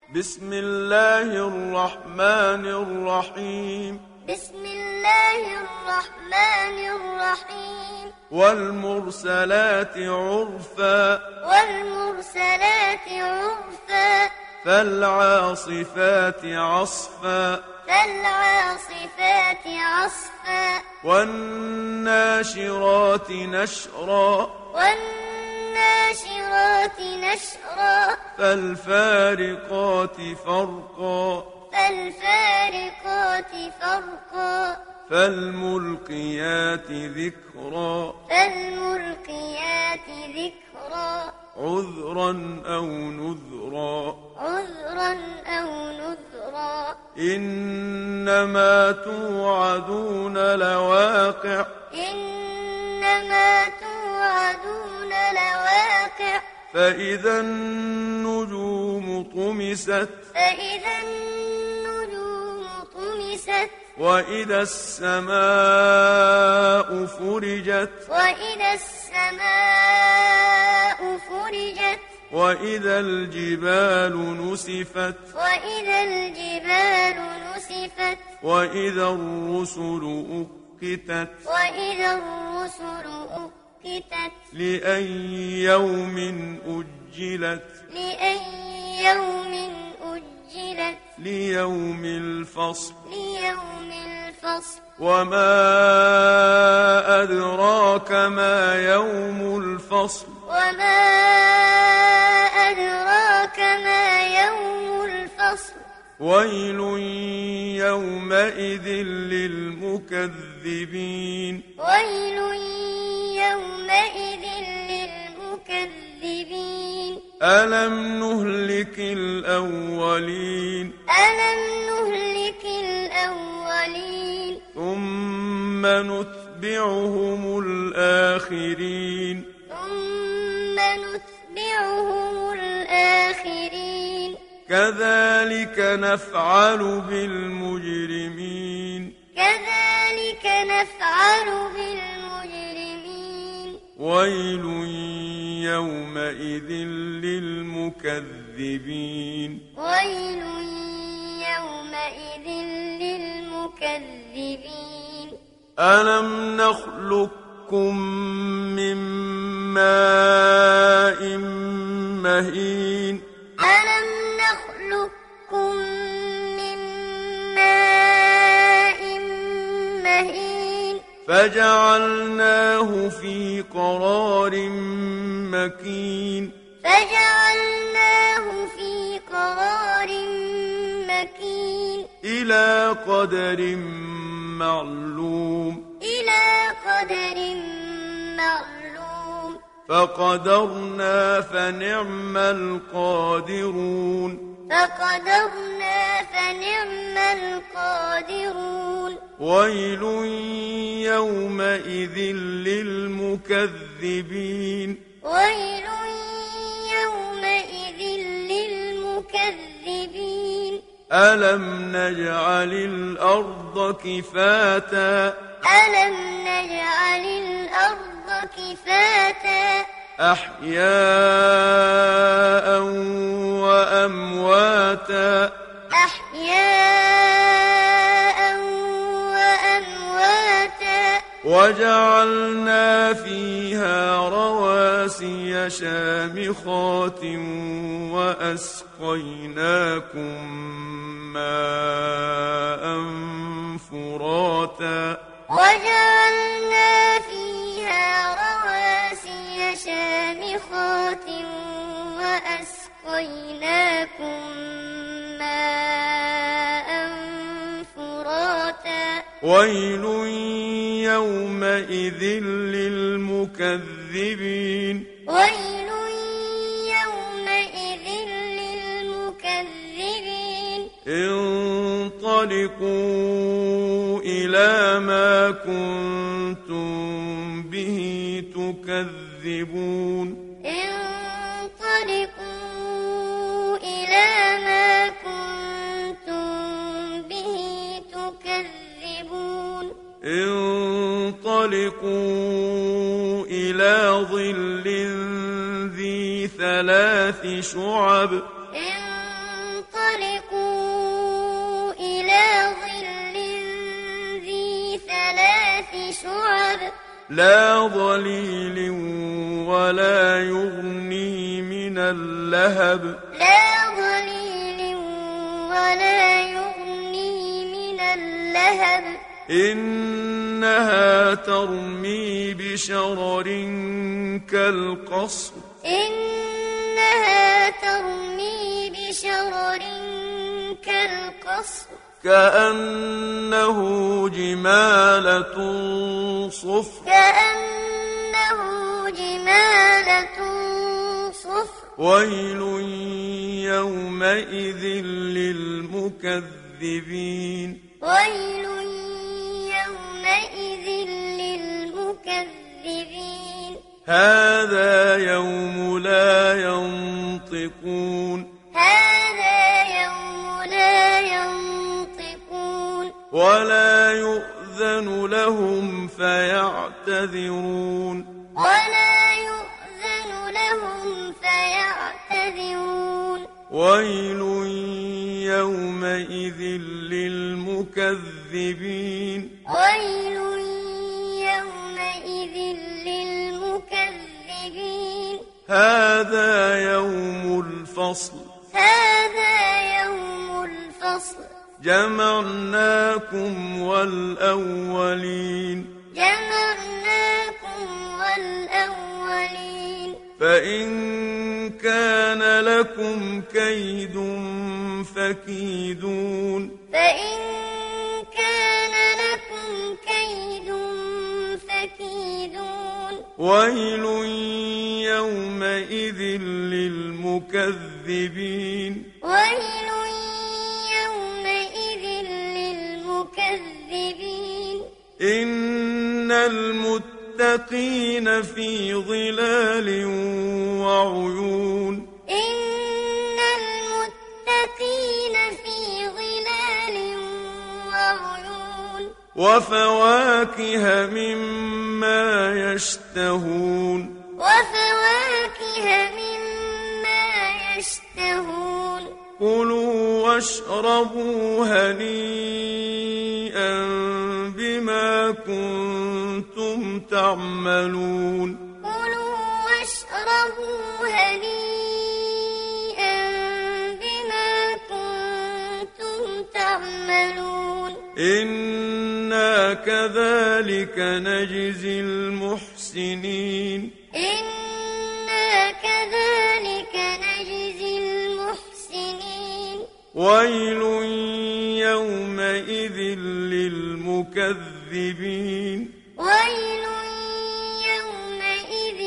بسم الله الرحمن الرحيم. بسم الله الرحمن الرحيم. والمرسلات عرفا. والمرسلات عرفا. فالعاصفات عصفا. فالعاصفات عصفا. والناشرات نشرا. والناشرات نشرا. فالفارقات فرقا. فالفارقات فرقا. فالملقيات ذكرا. فالملقيات ذكرا. عذرا أو نذرا. عذرا أو نذرا. إنما توعدون لواقع. إنما توعدون لواقع. فإذا النجوم طمست. فإذا النجوم طمست. وإذا السماء فرجت. وإذا السماء فرجت. وإذا الجبال نسفت. وإذا الجبال نسفت. وإذا الرسل أقتت. وإذا الرسل أقتت. لأي يوم أجلت. لأي يوم أجلت. ليوم الفصل. ليوم الفصل. وما أدراك ما يوم الفصل. وما أدراك ما يوم الفصل. ويل يومئذ للمكذبين. ويل يومئذ للمكذبين. ألم نهلك الأولين. ألم نهلك الأولين. ثم نتبعهم الآخرين. ثم نتبعهم الآخرين. كذلك نفعل بالمجرمين. كذلك نفعل بالمجرمين. ويل يومئذ للمكذبين. ويل يومئذ للمكذبين. ألم نخلقكم من ماء مهين. ألم نخلقكم من ماء مهين. فجعلناه في قرار مكين. فجعلناه في قرار مكين. إلى قدر معلوم. إلى قدر معلوم. فقدرنا فنعم القادرون. فقدرنا فنعم القادرون. ويل يومئذ للمكذبين. ويل يومئذ للمكذبين. ألم نجعل الأرض كفاتا. ألم نجعل الأرض كفاتا. أحياء وأمواتا. أحياء وأمواتا. وجعلنا فيها رواسي شامخات وأسقيناكم ماء فراتا. وجعلنا فيها رواسي شامخات وأسقيناكم ماء فراتا. ويل يومئذ للمكذبين. ويل يومئذ للمكذبين. انطلقوا إلى ما كنتم به تكذبون. انطلقوا إلى ما كنتم به تكذبون. انطلقوا إلى ظل ذي ثلاث شعب. انطلقوا لا ظليل ولا يغني من اللهب لا ظليل ولا يغني من اللهب إنها ترمي بشرر كالقصر إنها ترمي بشرر كالقصر كأنه جمالة صفر كأنه جمالة صفر ويل يومئذ للمكذبين ويل يومئذ للمكذبين هذا يوم لا ينطقون هذا يوم لا ينطقون ولا يؤذن لهم فيعتذرون ولا يؤذن لهم فيعتذرون ويل يومئذ للمكذبين ويل يومئذ للمكذبين هذا يوم الفصل هذا يوم الفصل جمعناكم والأولين جمعناكم والأولين فإن كان لكم كيد فكيدون فإن كان لكم كيد فكيدون ويل يومئذ للمكذبين ويل يومئذ للمكذبين إن المتقين في ظلال وعيون إن المتقين في ظلال وعيون وفواكه مما يشتهون وفواكه مما يشتهون كلوا واشربوا هنيئا بما كنتم تعملون كلوا واشربوا هنيئا بما كنتم تعملون إنا كذلك نجزي المحسنين إنا كذلك نجزي المحسنين ويل يومئذ للمكذبين ويل يومئذ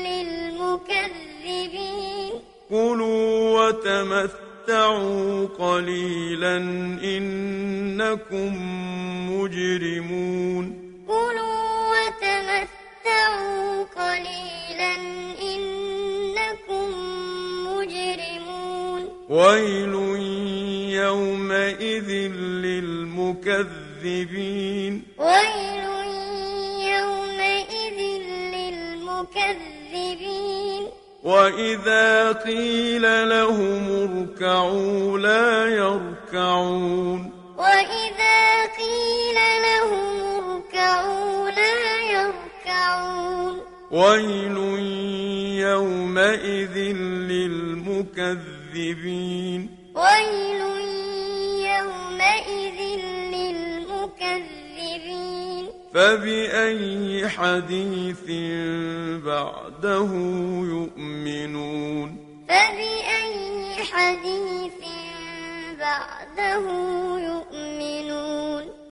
للمكذبين كلوا وتمتعوا قليلا إنكم مجرمون كلوا وتمتعوا قليلا إنكم مجرمون ويل يومئذ للمكذبين ويل يومئذ للمكذبين وإذا قيل لهم اركعوا لا يركعون وإذا قيل لهم اركعوا لا يركعون ويل يومئذ للمكذبين ويل يومئذ للمكذبين فبأي حديث بعده يؤمنون فبأي حديث بعده يؤمنون